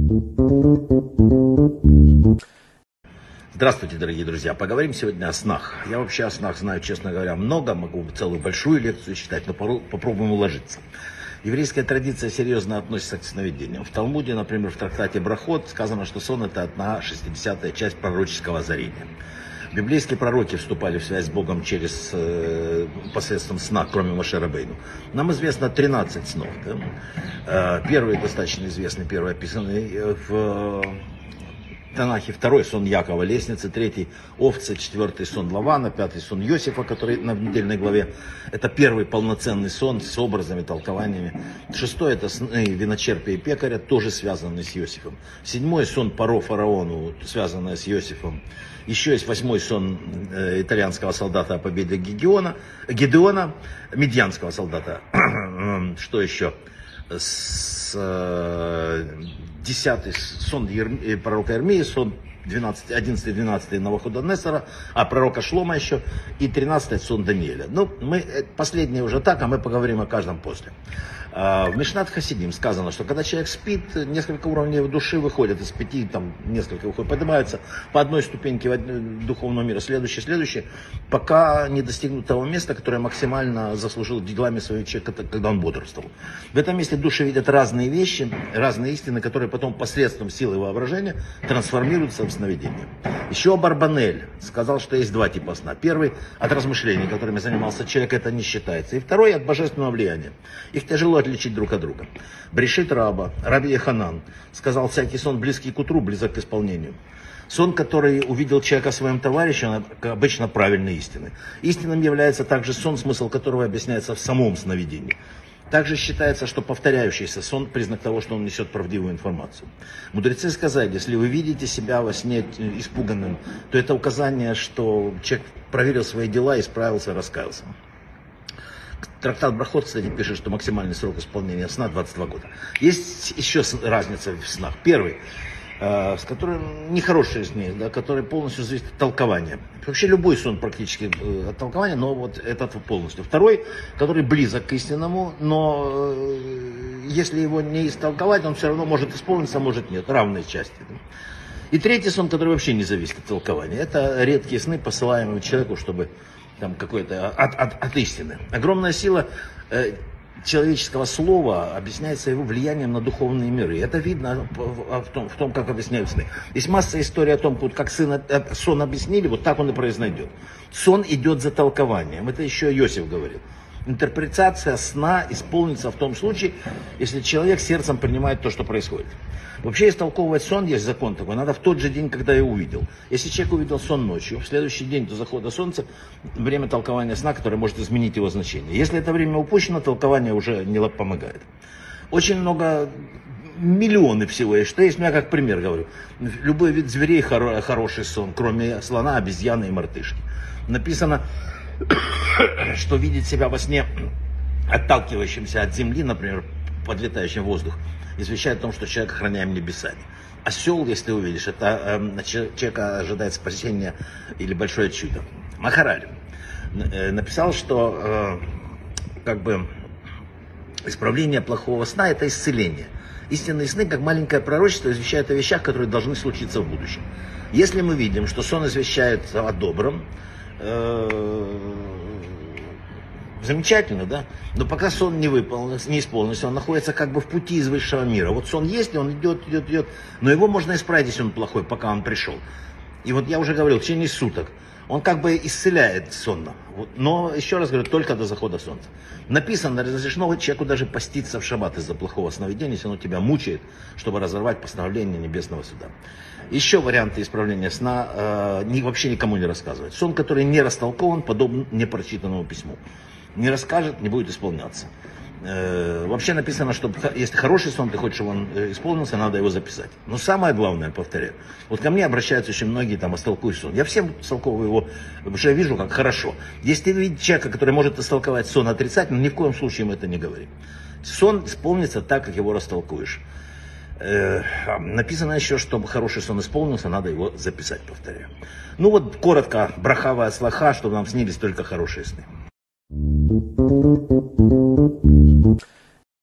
Здравствуйте, дорогие друзья. Поговорим сегодня о снах. Я вообще о снах знаю, честно говоря, много. Могу целую большую лекцию читать, но попробуем уложиться. Еврейская традиция серьезно относится к сновидениям. В Талмуде, например, в трактате Брахот сказано, что сон — это 1/60 часть пророческого озарения. Библейские пророки вступали в связь с Богом через посредством сна, кроме Моше Рабейну. Нам известно 13 снов. Да? Первый достаточно известный, первый описанный в Танахе, второй сон Якова, лестницы, третий овцы, четвертый сон Лавана, пятый сон Иосифа, который на недельной главе. Это первый полноценный сон с образами, толкованиями. Шестой — это сны виночерпия и пекаря, тоже связанные с Иосифом. Седьмой — сон Паро фараону, связанный с Иосифом. Еще есть восьмой сон итальянского солдата о победе Гедеона, медьянского солдата. Что еще? 10-й сон пророка Ирмии, сон 11-12 Навуходоносора, а пророка Шлома еще, и 13-й сон Даниэля. Ну, последнее уже так, а мы поговорим о каждом после. В Мишнат Хасидим сказано, что когда человек спит, несколько уровней души выходят из 5, там несколько выходят, поднимаются по одной ступеньке духовного мира, следующее, пока не достигнут того места, которое максимально заслужил делами своего человека, когда он бодрствовал. В этом месте души видят разные вещи, разные истины, которые потом посредством силы воображения трансформируются в сновидение. Еще Абарбанель сказал, что есть два типа сна. Первый — от размышлений, которыми занимался человек, это не считается. И второй — от божественного влияния. Их тяжело отличить друг от друга. Брешит Раби Йоханан сказал: всякий сон близкий к утру, близок к исполнению. Сон, который увидел человека своим товарищем, обычно правильной истины. Истинным является также сон, смысл которого объясняется в самом сновидении. Также считается, что повторяющийся сон — признак того, что он несет правдивую информацию. Мудрецы сказали, если вы видите себя во сне испуганным, то это указание, что человек проверил свои дела, исправился, раскаялся. Трактат Брахот, кстати, пишет, что максимальный срок исполнения сна — 22 года. Есть еще разница в снах. Первый, с которым нехорошие сны, да, который полностью зависит от толкования. Вообще любой сон практически от толкования, но вот этот полностью. Второй, который близок к истинному, но если его не истолковать, он все равно может исполниться, а может нет, равные части. И третий сон, который вообще не зависит от толкования. Это редкие сны, посылаемые человеку, чтобы там какой-то от истины. Огромная сила человеческого слова объясняется его влиянием на духовные миры. Это видно в том, как объясняют сны. Есть масса историй о том, как сон объяснили, вот так он и произойдет. Сон идет за толкованием. Это еще Иосиф говорил. Интерпретация сна исполнится в том случае, если человек сердцем принимает то, что происходит. Вообще истолковывать сон, есть закон такой, надо в тот же день, когда я увидел. Если человек увидел сон ночью, в следующий день до захода солнца время толкования сна, которое может изменить его значение. Если это время упущено, толкование уже не помогает. Очень много, миллионы всего есть. Что есть, я как пример говорю. Любой вид зверей хороший сон, кроме слона, обезьяны и мартышки. Написано, что видеть себя во сне отталкивающимся от земли, например, подлетающим в воздух, извещает о том, что человек охраняем небесами. Осел, если ты увидишь, это человека ожидает спасение или большое чудо. Махараль написал, что исправление плохого сна — это исцеление. Истинные сны, как маленькое пророчество, извещают о вещах, которые должны случиться в будущем. Если мы видим, что сон извещает о добром, замечательно, да? Но пока сон не исполнился, он находится как бы в пути из высшего мира. Вот сон есть, и он идет, но его можно исправить, если он плохой, пока он пришел. И вот я уже говорил, в течение суток он как бы исцеляет сонно. Но, еще раз говорю, только до захода солнца. Написано, разрешено человеку даже поститься в шаббат из-за плохого сновидения, если оно тебя мучает, чтобы разорвать постановление небесного суда. Еще варианты исправления сна вообще никому не рассказывать. Сон, который не растолкован, подобен непрочитанному письму. Не расскажет, не будет исполняться. Вообще написано, что если хороший сон, ты хочешь, чтобы он исполнился, надо его записать. Но самое главное, повторяю, вот ко мне обращаются очень многие, там, истолкуй сон. Я всем истолковываю его, потому что я вижу, как хорошо. Если ты видишь человека, который может истолковать сон отрицательно, ни в коем случае им это не говори. Сон исполнится так, как его растолкуешь. Написано еще, чтобы хороший сон исполнился, надо его записать, повторяю. Ну вот, коротко, брахава слаха, чтобы нам снились только хорошие сны.